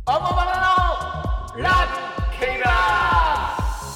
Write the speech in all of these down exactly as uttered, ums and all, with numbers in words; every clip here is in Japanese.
オモバナのラブ競馬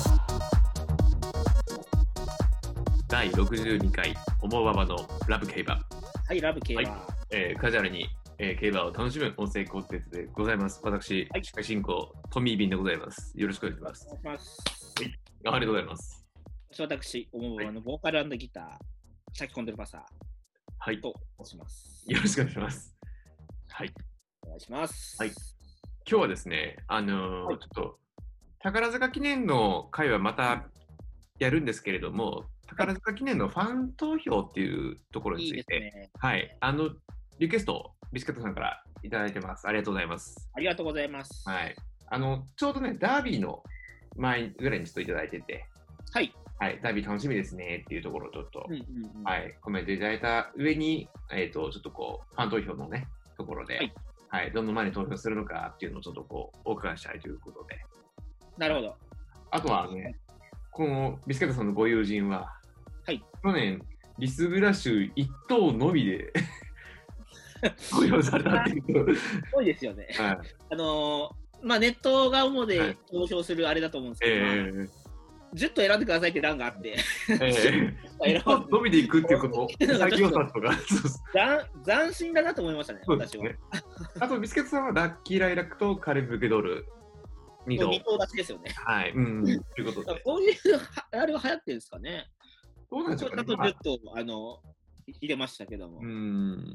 だいろくじゅうにかいオモババのラブ競馬。 はい、ラブ競馬、 はいえー、カジュアルに、えー、競馬を楽しむ音声コンテンツでございます。私、 はい、 司会進行トミービンでございます。よろしくお願いします。 お願いします。 はい、ありがとうございます。 私、オモババのボーカル&ギター、シャキコントルパサー、 はい、 と申します。 よろしくお願いします。はい、 お願いします。 はい、今日はですね、あのーはい、ちょっと宝塚記念の会はまたやるんですけれども、宝塚記念のファン投票っていうところについて、いいですね、はい、あのリクエストをビスケットさんからいただいてます。ありがとうございます。 ありがとうございます。 はい、あのちょうどね、ダービーの前ぐらいにちょっといただいてて、 はい。 はい、ダービー楽しみですねっていうところをちょっと、 うんうんうん、 はい、コメントいただいた上に、えーと、ちょっとこう、ファン投票のね、ところで、はいはい、どの前に投票するのかっていうのをちょっとこう、お伺いしたいということで。 なるほど。 あとはね、このビスケットさんのご友人は、 はい、 去年、リスグラ州いっ頭のみで投票されたっていう。 すごいですよね。 はい、 あのー、まあ、ネットが主で投票するあれだと思うんですけど、はいえーじゅっと選んでくださいって欄があって、えー、伸びていくっていうこと、先をさとか斬新だなと思いましたね、私は。 あと、ビスケットさんはラッキーライラックとカレブゲドルに頭。 に頭立ちですよね。 はい、うん、ということで。 こういうあれが流行ってるんですかね。 どうなんでしょうかね。 ちょっとじゅっ頭あの入れましたけども。 うん。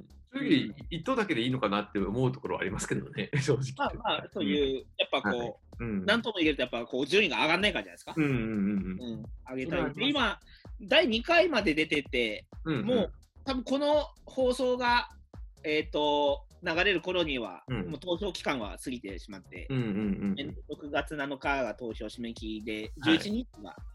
正直、いっ頭だけでいいのかなって思うところはありますけどね、正直。 まあまあ、そういう、うん、やっぱこう、はいうん、何頭も入れると、やっぱこう順位が上がらないからじゃないですか。うんうんうんうん。上げたい。で、今、だいにかいまで出てて、うんうん、もう、多分この放送が、えっと、流れる頃には、うん、もう投票期間は過ぎてしまって、うんうんうん、ろくがつなのかが投票締め切りで、じゅういちにちが、はい、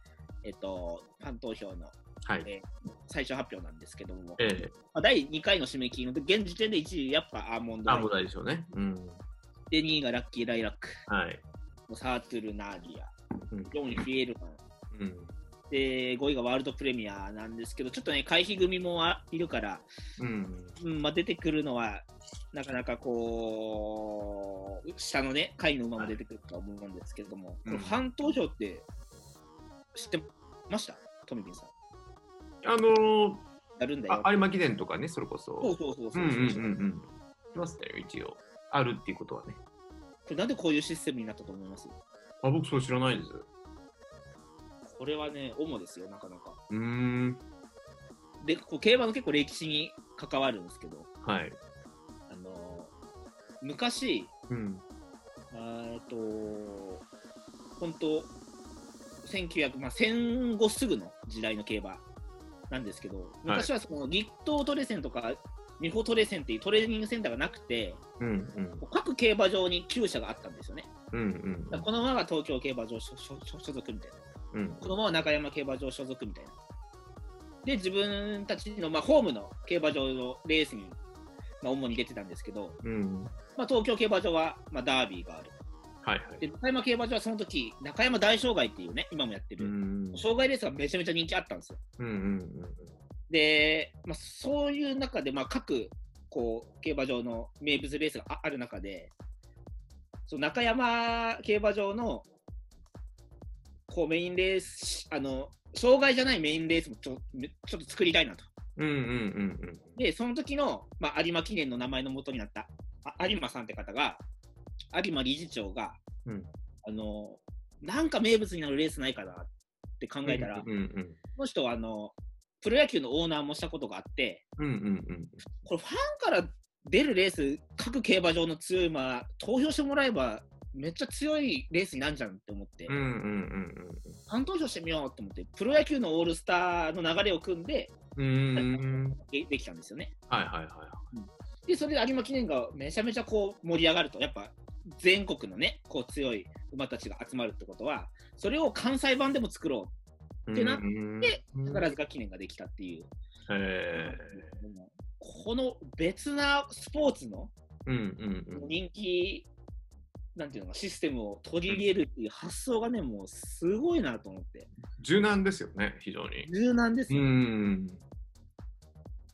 えっと、ファン投票の、はいえー、最終発表なんですけども、えーまあ、だいにかいの締め切りの現時点でいちいやっぱアーモンドアーモンドアイでしょうね、うん、 でにいがラッキーライラック、 はい、 サートゥルナーディア、うん、よんいフィエルマン、うん、でごいがワールドプレミアなんですけど、ちょっとね回避組もいるから、うんうんまあ、出てくるのはなかなかこう下のね下位の馬も出てくると思うんですけども、はい、ファン投票って知ってました？トミピンさん。 あのー、 やるんだよ。 有馬記念とかね、それこそ。 そうそうそうそう。 うんうんうんうん。いますね、一応。あるっていうことはね。 これなんでこういうシステムになったと思います？ あ、僕そう知らないです。 これはね、主ですよ、なかなか。 うーん。 で、こう競馬の結構歴史に関わるんですけど、 はい。 あのー、昔、うん、えっと、本当、せんきゅうひゃく、まあ、戦後すぐの時代の競馬なんですけど、昔はその立東トレセンとか美穂トレセンっていうトレーニングセンターがなくて、うんうん、各競馬場に厩舎があったんですよね。うんうんうん、この馬が東京競馬場所属みたいな、うん、この馬は中山競馬場所属みたいな。で、自分たちの、まあ、ホームの競馬場のレースに、まあ、主に出てたんですけど、うんまあ、東京競馬場は、まあ、ダービーがある。はいはい、で中山競馬場はその時中山大障害っていうね今もやってる障害レースがめちゃめちゃ人気あったんですよ、うんうんうん、で、まあ、そういう中で、まあ、各こう競馬場の名物レースが あ, ある中でその中山競馬場のこうメインレースあの障害じゃないメインレースもち ょ, ちょっと作りたいなと、うんうんうんうん、でその時の、まあ、有馬記念の名前の元になった有馬さんって方が有馬理事長が、うん、あのなんか名物になるレースないかなって考えたら、うんうんうん、この人はあのプロ野球のオーナーもしたことがあって、うんうんうん、これファンから出るレース各競馬場の強い馬投票してもらえばめっちゃ強いレースになるじゃんって思って、うんうんうんうん、ファン投票してみようって思ってプロ野球のオールスターの流れを組んで、うん、で, できたんですよね。はいはいはい、うん、でそれで有馬記念がめちゃめちゃこう盛り上がるとやっぱ全国のねこう強い馬たちが集まるってことはそれを関西版でも作ろうってなって宝塚記念ができたっていう、へー、この別なスポーツの人気なんていうのかシステムを取り入れるっていう発想がねもうすごいなと思って。 柔軟ですよね、非常に柔軟ですよ、ね、うん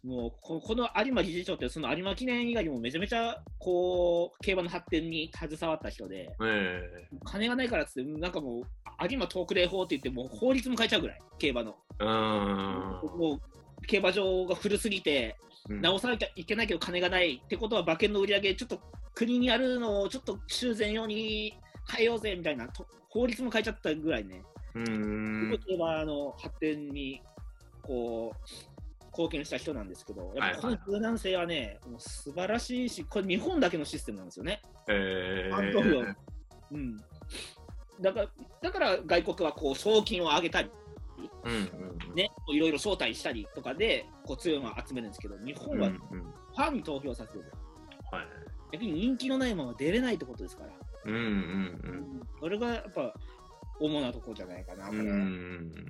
もうここの有馬理事長ってその有馬記念以外にもめちゃめちゃこう競馬の発展に携わった人で、 えー、 金がないからっつってなんかもう有馬特例法って言ってもう法律も変えちゃうぐらい競馬のもう競馬場が古すぎて直さなきゃいけないけど金がないってことは馬券の売り上げちょっと国にやるのをちょっと修繕用に変えようぜみたいな法律も変えちゃったぐらいね、 うーん競馬の発展にこう貢献した人なんですけど、やっぱこの柔軟性はね、もう素晴らしいし、これ日本だけのシステムなんですよね。 えーうん、だからだから外国はこう賞金を上げたり、 うんうんうん、 ね、いろいろ招待したりとかでこう強いのを集めるんですけど、日本はファンに投票させる、 うんうん、 逆に人気のないまま出れないってことですから、 うんうんうん、 それがやっぱ主なところじゃないかな、これ、うんうん、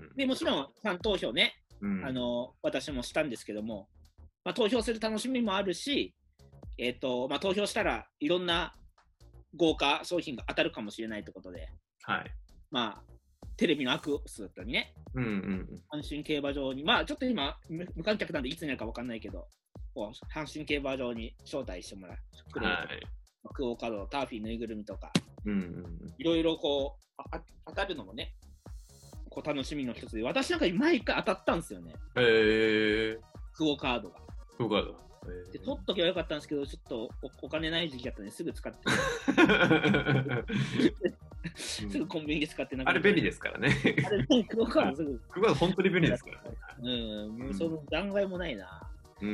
でもちろんファン投票ね、うん、あの私もしたんですけども、まあ、投票する楽しみもあるし、えーとまあ、投票したらいろんな豪華商品が当たるかもしれないということで、 はい、 まあ、テレビのアクスだったりね、 うんうん、 阪神競馬場に、まあちょっと今無観客なんでいつになるか分かんないけど、こう阪神競馬場に招待してもらう、はい、クオカド、ターフィー、ぬいぐるみとか、いろいろこうあ当たるのもね、こう楽しみの一つで、私なんか毎回当たったんですよね。 へー。 クオカードが。 クオカード。 で取っとけばよかったんですけど、ちょっと お, お金ない時期だったんですぐ使って。すぐコンビニで使ってなかった。 あれ便利ですからね。 あれね、クオカードすぐ。 クオカード本当に便利ですからね。 うん、もうその残骸もないな。うん。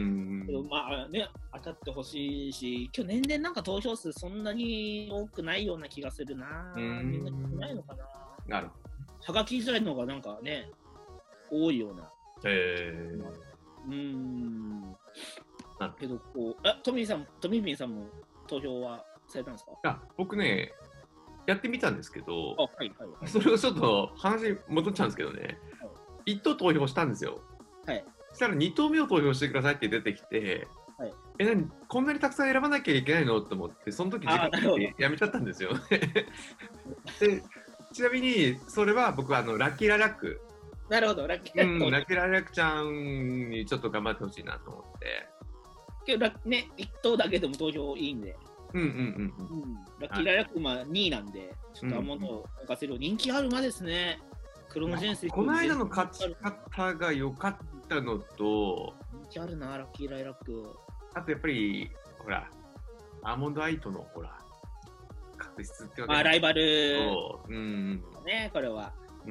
けどまあね、当たってほしいし、今日年々なんか投票数そんなに多くないような気がするな。みんな少ないのかな。 なるほど。 はがき時代の方がなんかね、多いような。 へー。うーん。けどこう、あ、トミーさん、トミービンさんも投票はされたんですか？ あ、僕ね、やってみたんですけど、 あ、はいはいはい、 それをちょっと話戻っちゃうんですけどね、はい、いち等投票したんですよ。 はい。 そしたらに等目を投票してくださいって出てきて、はい、え、何こんなにたくさん選ばなきゃいけないのと思って、その時時間でやめちゃったんですよ。でちなみに、それは僕はあのラッキーララック。 なるほど、ラッキーララック、 うん、ラッキーララックちゃんにちょっと頑張ってほしいなと思って。 けどね、いち等だけでも投票いいんで。 うんうんうんうん。 ラッキーララックまあにいなんで、ちょっとアモンドを浮かせる、うんうん、人気ある馬ですね。クロノジェンス。 この間の勝ち方が良かったのと、 人気あるな、ラッキーララック。 あとやっぱり、ほら、アーモンドアイトのほら、確実ってわけまあ、ライバル、 うん、 ね、これは。 うん、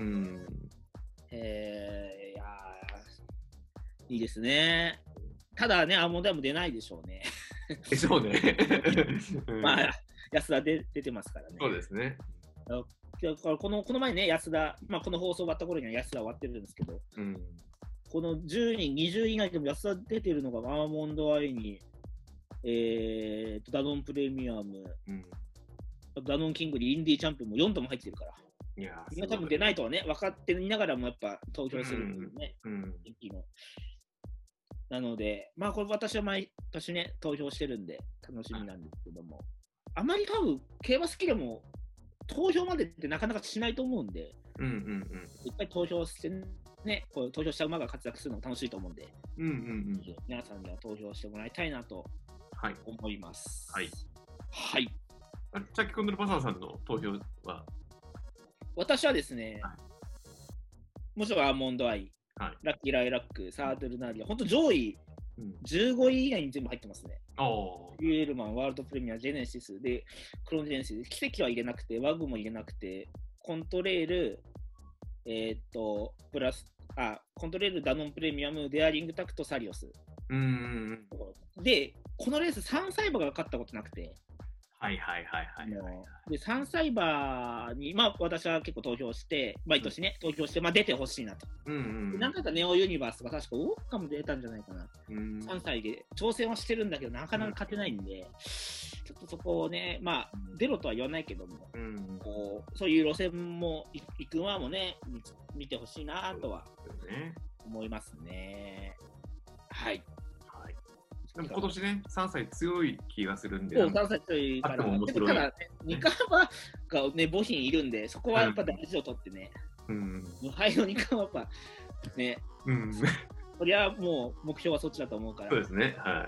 えー、いやいいですね。ただね、アーモンドアイも出ないでしょうね。 でしょうね。 まあ、安田で出てますからね。 そうですね。 このこの前ね、安田、まあ、この放送終わった頃には安田終わってるんですけど、うん、このじゅうにん、にじゅうい以内でも安田出てるのがアーモンドアイに、えー、ダノンプレミアム、うん、ダノンキングにインディーチャンピオンもよんとも入ってるから。 いやみんな多分出ないとはね、分かっていながらもやっぱ投票するんですね、 うんうん、 のなので、まあこれ私は毎年ね、投票してるんで楽しみなんですけども、あまり多分競馬好きでも投票までってなかなかしないと思うんで、 うんうんうん、 いっぱい投票してね、こう投票した馬が活躍するのも楽しいと思うんで、 うんうんうん、 皆さんには投票してもらいたいなと思います。 はい。 はい。 さっき今度のパサーさんの投票は私はですね、はい、もちろんアーモンドアイ、 はい、 ラッキーライラック、サートルナーリア、本当上位じゅうごい以内に全部入ってますね。 うん、 ユーエルマン、ワールドプレミア、ジェネシスで、クロノジェネシス、奇跡は入れなくて、ワグも入れなくて、コントレール、えー、っと、プラス、あ、コントレール、ダノンプレミアム、デアリングタクト、サリオス。 うんで、このレースさんさい馬が勝ったことなくて、 はいはいはいはい、はい、 でさんさい馬に、まあ、私は結構投票して、毎年ね、うん、投票して、まあ、出てほしいなと。 うんうんうん、 なんかネオユニバースが確かウォッカも出たんじゃないかな。うん、さんさいで挑戦はしてるんだけど、なかなか勝てないんで、うん、ちょっとそこをね、まあ、出ろとは言わないけども、うん、こうそういう路線も行く馬もね、見てほしいなとは思いますね。はい。 でも今年ね、さんさい強い気がするんで、 そうさんさい強いから、 面白いただ、ね、ニカワが、ね、母品いるんで、そこはやっぱ大事を取ってね、うん、無敗のニカワはやっぱね、うん、 そりゃもう目標はそっちだと思うから。 そうですね。はい。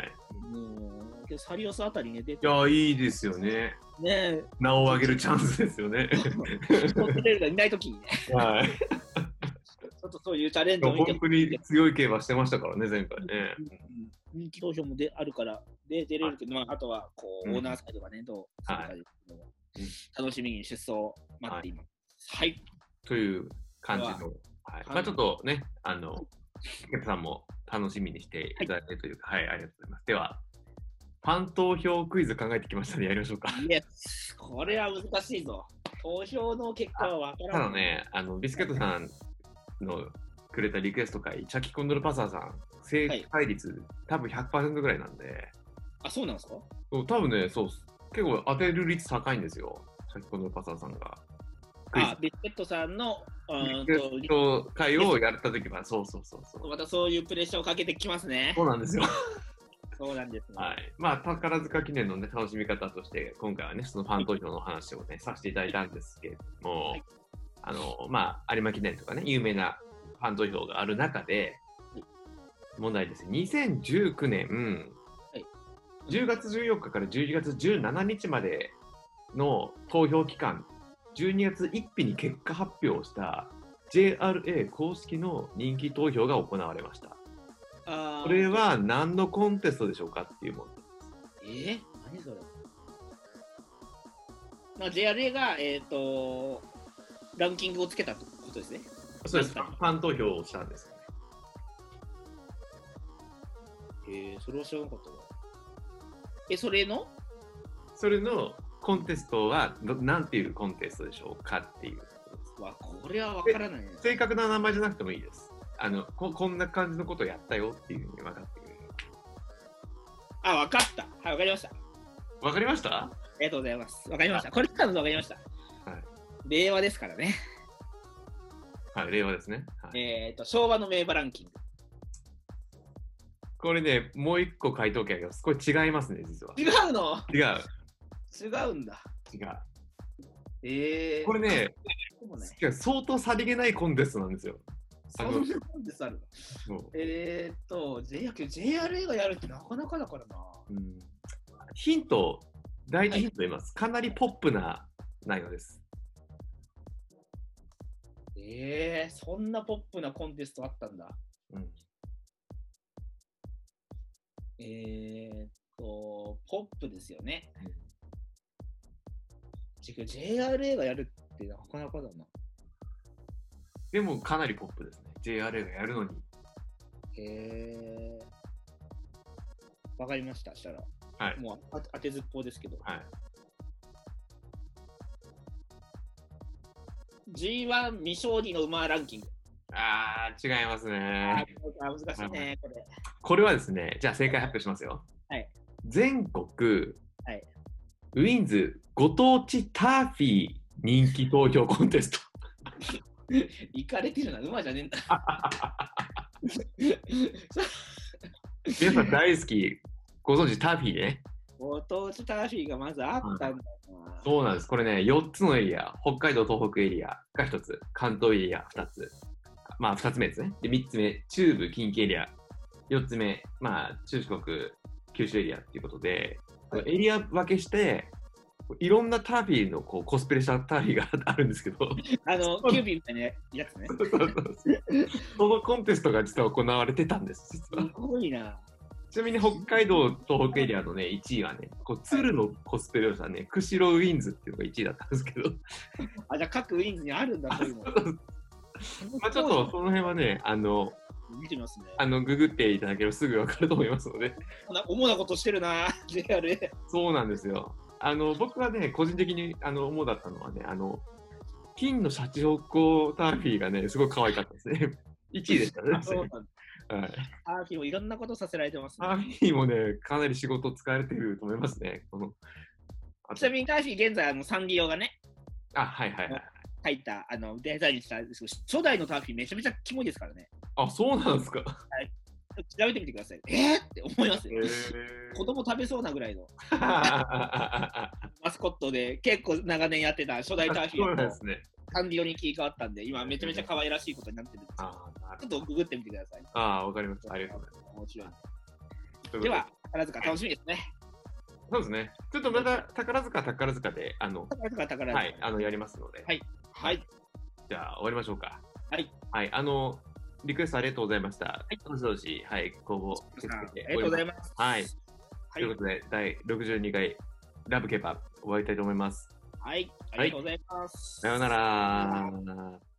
もう、けどサリオスあたりね、出て。 いや、いいですよね。 ね名を上げるチャンスですよね。 トップレールがいないときにね。 はい。 ちょっとそういうチャレンジを見て本当に強い競馬してましたからね、前回ね。 人気投票もであるから、で出れるけど、まあ、あとはこう、オーナーサイドがね、どうするかですけども、楽しみに出走を待っています。はい。 という感じの、はいまあ、ちょっとね、あの、ケプさんも楽しみにしていただいてというか、はい、ありがとうございます。では、ファン投票クイズ考えてきましたので、やりましょうか。 いや、これは難しいぞ。投票の結果は分からない。 ただね、あのビスケットさんのくれたリクエスト回、チャキコンドルパサーさん、正解率、はい、多分 ひゃくパーセント ぐらいなんで。 あ、そうなんですか？ 多分ね、そう結構当てる率高いんですよ、チャキコンドルパサーさんが。 あ、ビスケットさんのリクエスト回をやったときは、そうそうそうそう。 またそういうプレッシャーをかけてきますね。 そうなんですよ。 そうなんですね。 はい。まあ、宝塚記念のね、楽しみ方として、今回はね、そのファン投票の話をね、させていただいたんですけれども、はい、あの、まあ、有馬記念とかね、有名なファン投票がある中で、はい、問題です。にせんじゅうきゅうねん、はい、じゅうがつじゅうよっかからじゅういちがつじゅうしちにちまでの投票期間、じゅうにがつついたちに結果発表した ジェイアールエー 公式の人気投票が行われました。これは何のコンテストでしょうかっていうものです。 えー、何それ、まあ、ジェイアールエー が、えーと、ランキングをつけたってことですね。 そうです。ファン投票をしたんですよね。 えー、それは知らなかったわ。え、それのそれのコンテストは何ていうコンテストでしょうかっていう。 わ、これは分からない、ね。 正確な名前じゃなくてもいいです。あの こ, こんな感じのことをやったよっていうふうに分かってくれる。 あ、分かった。はい、分かりました。 分かりました？ ありがとうございます。分かりました。これ多分分かりました。はい。令和ですからね。 はい、令和ですね。 はい、えっ、ー、と、昭和の名馬ランキング。 これね、もう一個回答権あります。これ違いますね、実は。 違うの？ 違う。 違うんだ。 違う。 えー、 これね、ね相当さりげないコンテストなんですよ。 そんなコンテストあるの？えーっと、ジェイアールエー がやるってなかなかだからな。 うん、ヒント、第一ヒント言います。はい、かなりポップな内容です。 えー、そんなポップなコンテストあったんだ。うん、えーっと、ポップですよね。ジェイアールエー がやるってなかなかだな。 でもかなりポップですね。ジェイアールエー がやるのに。 へー。わかりました。したら。はい。もう当てずっぽうですけど。はい。ジーワン 未勝利の馬ランキング。 あー、違いますね。 あ、難しいね、これ。 これはですね、じゃあ正解発表しますよ。はい。全国、はい、ウィンズご当地ターフィー人気投票コンテスト。 行かれてるな、馬じゃねえんだ。 皆さん大好き、ご存知ターフィーね。 ご当地ターフィーがまずあったんだな、うん。 そうなんです。これね、よっつのエリア、北海道、東北エリアがひとつ、関東エリアふたつ、まあふたつめですね。で、みっつめ、中部、近畿エリア、よっつめ、まあ中四国、九州エリアっていうことで、はい、エリア分けして、いろんなターフィーのこうコスプレしたターフィーがあるんですけど、 あのキュービーみたいなやつね。 そのコンテストが実は行われてたんです、実は。 すごいな。 ちなみに北海道、東北エリアのね、いちいはね、こう鶴のコスプレをしたね、釧路ウィンズっていうのがいちいだったんですけど。 あ、じゃあ各ウィンズにあるんだ、そういうの。 まあちょっとその辺はね、あの、 見てみますね。 あのググっていただければすぐ分かると思いますので。 主なことしてるな、ジェイアールエー。 そうなんですよ。あの僕はね、個人的にあの主だったのはね、あの金のシャチホコターフィーがね、すごい可愛かったですね。いちいでしたね。 そうなんだ。はい、ターフィーもいろんなことさせられてますね。ターフィーもね、かなり仕事使われてると思いますね。このちなみにターフィー、現在、あのサンリオがね、 あ、はいはいはい。 書いた、あのデザインしたんですけど、初代のターフィーめちゃめちゃキモいですからね。 あ、そうなんですか。はい。 調べてみてください。えーって思いますよ。子供食べそうなぐらいのマスコットで結構長年やってた初代ターフィーがサンリオに切り替わったんで、今めちゃめちゃ可愛らしいことになってるんですよ。 あ、 ちょっとググってみてください。 ああ、わかりました。ありがとうございます。面白い。では、宝塚楽しみですね。 そうですね。ちょっとまた宝塚宝塚で、あの、 宝塚宝塚。 はい、あの、やりますので。 はい。はい。 じゃあ、終わりましょうか。 はい。 はい、あの、リクエストありがとうございました。はい。どしどし、はい、公募受け付けてありがとうございます。 はい。ということで、だいろくじゅうにかい、ラブケバ終わりたいと思います。 はい。ありがとうございます。 さようなら。